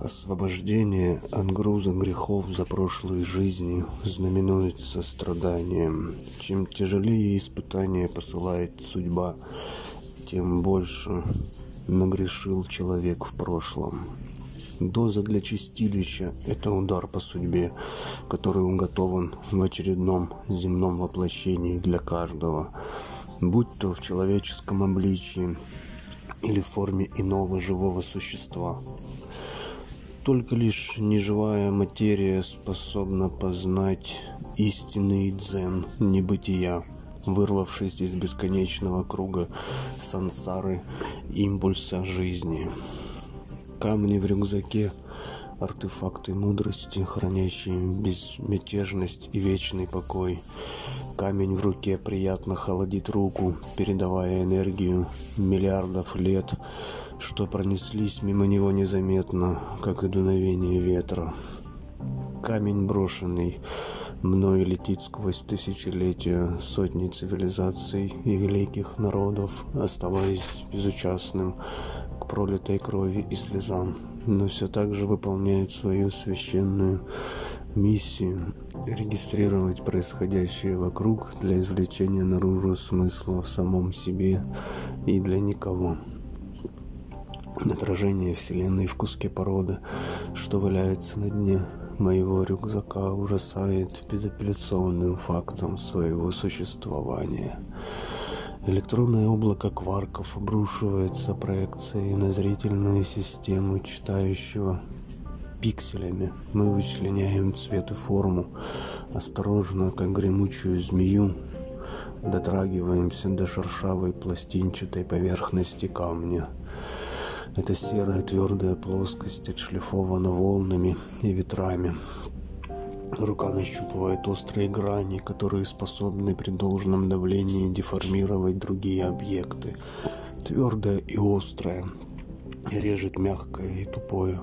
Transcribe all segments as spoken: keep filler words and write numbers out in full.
Освобождение от груза грехов за прошлой жизни знаменуется страданием. Чем тяжелее испытания посылает судьба, тем больше нагрешил человек в прошлом. Доза для чистилища – это удар по судьбе, который уготован в очередном земном воплощении для каждого, будь то в человеческом обличии или в форме иного живого существа. Только лишь неживая материя способна познать истинный дзен небытия, вырвавшись из бесконечного круга сансары импульса жизни. Камни в рюкзаке – артефакты мудрости, хранящие безмятежность и вечный покой. Камень в руке приятно холодит руку, передавая энергию миллиардов лет, что пронеслись мимо него незаметно, как и дуновение ветра. Камень брошенный мною летит сквозь тысячелетия, сотни цивилизаций и великих народов, оставаясь безучастным к пролитой крови и слезам, но все так же выполняет свою священную миссию – регистрировать происходящее вокруг для извлечения наружу смысла в самом себе и для никого. Отражение Вселенной в куске породы, что валяется на дне моего рюкзака, ужасает безапелляционным фактом своего существования. Электронное облако кварков обрушивается проекцией на зрительную систему читающего. Пикселями мы вычленяем цвет и форму, осторожно, как гремучую змею, дотрагиваемся до шершавой пластинчатой поверхности камня. Эта серая твердая плоскость отшлифована волнами и ветрами. Рука нащупывает острые грани, которые способны при должном давлении деформировать другие объекты. Твердое и острое, режет мягкое и тупое.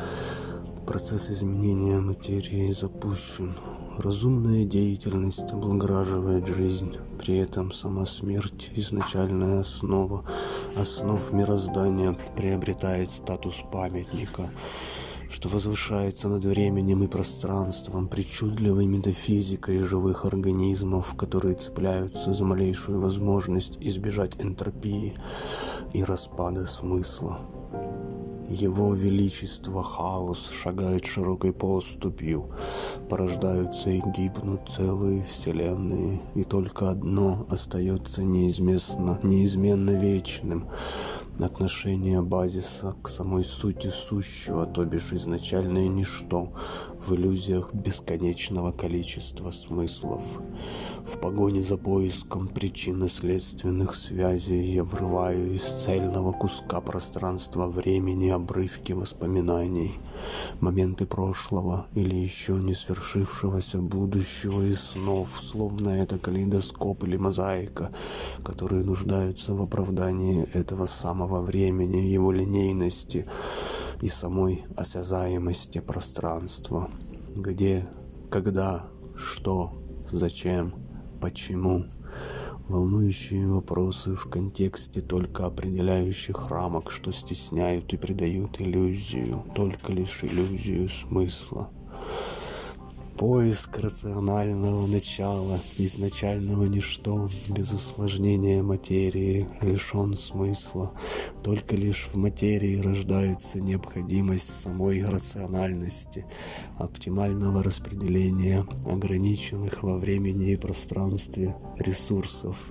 Процесс изменения материи запущен. Разумная деятельность облагораживает жизнь. При этом сама смерть, изначальная основа основ мироздания, приобретает статус памятника, что возвышается над временем и пространством, причудливой метафизикой живых организмов, которые цепляются за малейшую возможность избежать энтропии и распада смысла. Его величество хаос шагает широкой поступью, порождаются и гибнут целые вселенные, и только одно остается неизменно, неизменно вечным – отношение базиса к самой сути сущего, то бишь изначальное ничто в иллюзиях бесконечного количества смыслов. В погоне за поиском причинно-следственных связей я врываю из цельного куска пространства времени обрывки воспоминаний, моменты прошлого или еще не свершившегося будущего и снов, словно это калейдоскоп или мозаика, которые нуждаются в оправдании этого самого времени, его линейности и самой осязаемости пространства. Где, когда, что, зачем, почему? Волнующие вопросы в контексте только определяющих рамок, что стесняют и придают иллюзию, только лишь иллюзию смысла. Поиск рационального начала, изначального ничто, без усложнения материи, лишен смысла. Только лишь в материи рождается необходимость самой рациональности, оптимального распределения ограниченных во времени и пространстве ресурсов.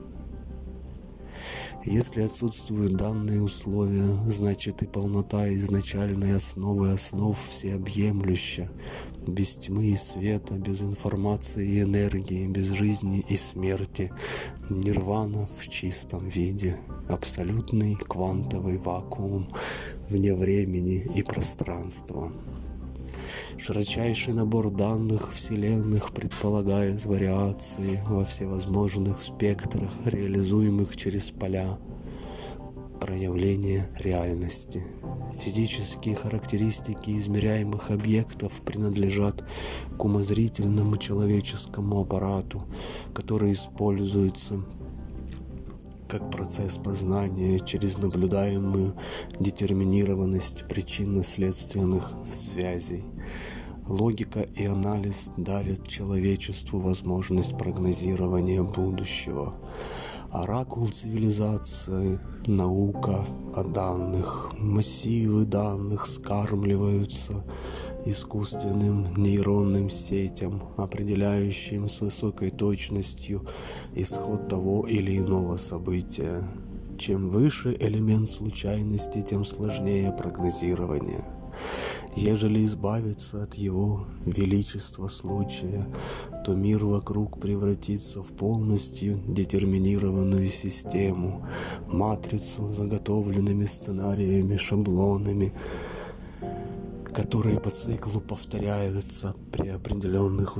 Если отсутствуют данные условия, значит и полнота изначальной основы основ всеобъемлюща. Без тьмы и света, без информации и энергии, без жизни и смерти. Нирвана в чистом виде. Абсолютный квантовый вакуум вне времени и пространства. Широчайший набор данных вселенных предполагает вариации во всевозможных спектрах, реализуемых через поля проявления реальности. Физические характеристики измеряемых объектов принадлежат к умозрительному человеческому аппарату, который используется как процесс познания через наблюдаемую детерминированность причинно-следственных связей. Логика и анализ дарят человечеству возможность прогнозирования будущего. Оракул цивилизации, наука о данных, массивы данных скармливаются искусственным нейронным сетям, определяющим с высокой точностью исход того или иного события. Чем выше элемент случайности, тем сложнее прогнозирование. Ежели избавиться от его величества случая, то мир вокруг превратится в полностью детерминированную систему, матрицу с заготовленными сценариями, шаблонами, которые по циклу повторяются при определенных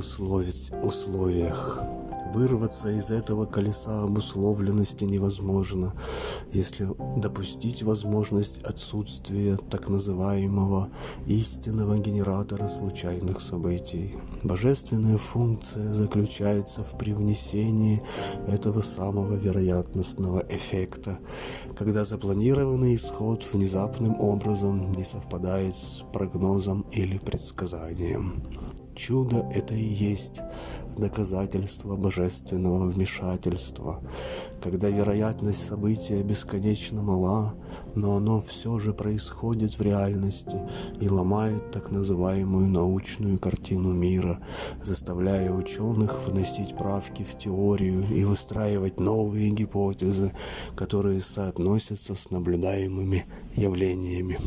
условиях. Вырваться из этого колеса обусловленности невозможно, если допустить возможность отсутствия так называемого истинного генератора случайных событий. Божественная функция заключается в привнесении этого самого вероятностного эффекта, когда запланированный исход внезапным образом не совпадает с прогнозом или предсказанием. Чудо – это и есть доказательство божественного вмешательства, когда вероятность события бесконечно мала, но оно все же происходит в реальности и ломает так называемую научную картину мира, заставляя ученых вносить правки в теорию и выстраивать новые гипотезы, которые соотносятся с наблюдаемыми явлениями.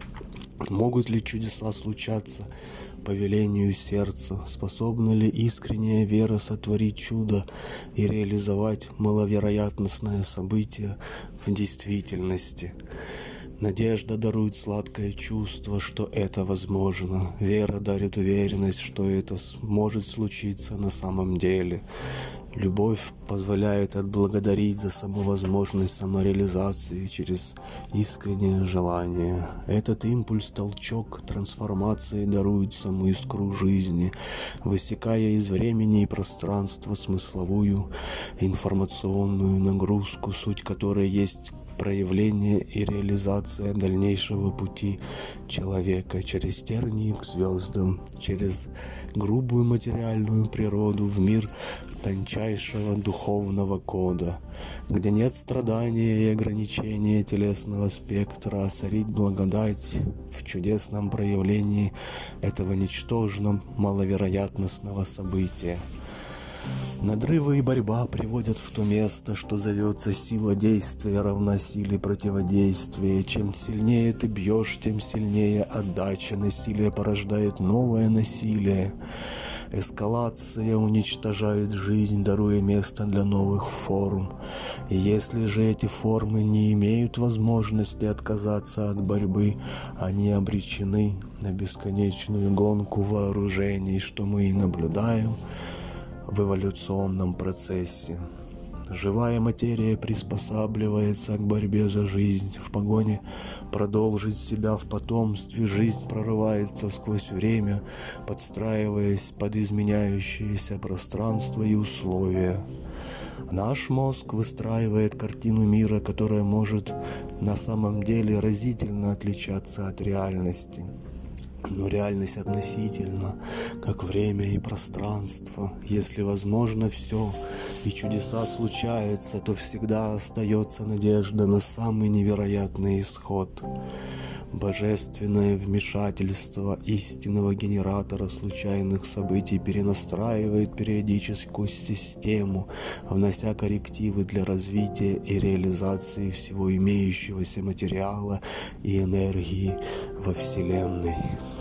Могут ли чудеса случаться по велению сердца? Способна ли искренняя вера сотворить чудо и реализовать маловероятностное событие в действительности? Надежда дарует сладкое чувство, что это возможно. Вера дарит уверенность, что это может случиться на самом деле. Любовь позволяет отблагодарить за саму возможность самореализации через искреннее желание. Этот импульс-толчок трансформации дарует саму искру жизни, высекая из времени и пространства смысловую информационную нагрузку, суть которой есть проявление и реализация дальнейшего пути человека через тернии к звездам, через грубую материальную природу в мир тончайшего духовного кода, где нет страдания и ограничения телесного спектра, а царит благодать в чудесном проявлении этого ничтожно маловероятностного события. Надрывы и борьба приводят в то место, что зовется сила действия равна силе противодействия. Чем сильнее ты бьешь, тем сильнее отдача. Насилие порождает новое насилие. Эскалация уничтожает жизнь, даруя место для новых форм. И если же эти формы не имеют возможности отказаться от борьбы, они обречены на бесконечную гонку вооружений, что мы и наблюдаем в эволюционном процессе. Живая материя приспосабливается к борьбе за жизнь. В погоне продолжить себя в потомстве жизнь прорывается сквозь время, подстраиваясь под изменяющиеся пространства и условия. Наш мозг выстраивает картину мира, которая может на самом деле разительно отличаться от реальности. Но реальность относительна, как время и пространство. Если возможно все, и чудеса случаются, то всегда остается надежда на самый невероятный исход. Божественное вмешательство истинного генератора случайных событий перенастраивает периодическую систему, внося коррективы для развития и реализации всего имеющегося материала и энергии во Вселенной.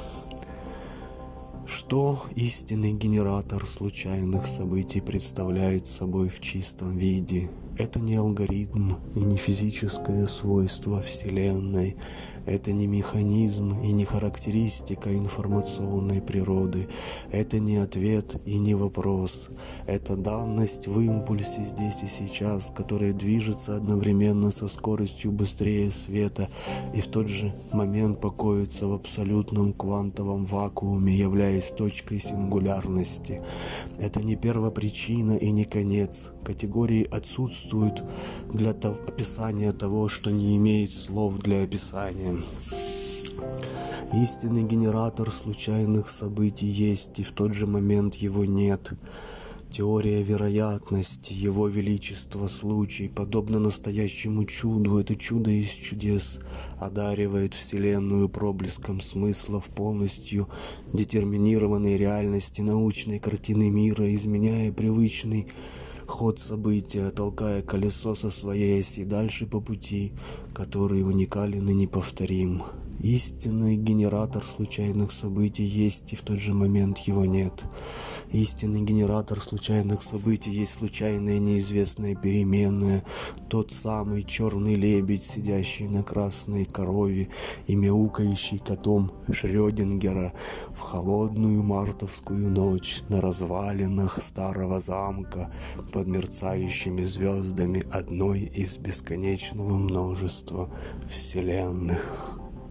Что истинный генератор случайных событий представляет собой в чистом виде? Это не алгоритм и не физическое свойство Вселенной. Это не механизм и не характеристика информационной природы. Это не ответ и не вопрос. Это данность в импульсе здесь и сейчас, которая движется одновременно со скоростью быстрее света и в тот же момент покоится в абсолютном квантовом вакууме, являясь точкой сингулярности. Это не первопричина и не конец. Категории отсутствуют существует для того, описания того, что не имеет слов для описания. Истинный генератор случайных событий есть, и в тот же момент его нет. Теория вероятности, его величество, случай, подобно настоящему чуду, это чудо из чудес, одаривает Вселенную проблеском смысла в полностью детерминированной реальности научной картины мира, изменяя привычный ход события, толкая колесо со своей оси дальше по пути, который уникален и неповторим. Истинный генератор случайных событий есть, и в тот же момент его нет. Истинный генератор случайных событий есть случайная неизвестная переменная, тот самый черный лебедь, сидящий на красной корове и мяукающий котом Шрёдингера в холодную мартовскую ночь на развалинах старого замка под мерцающими звездами одной из бесконечного множества вселенных.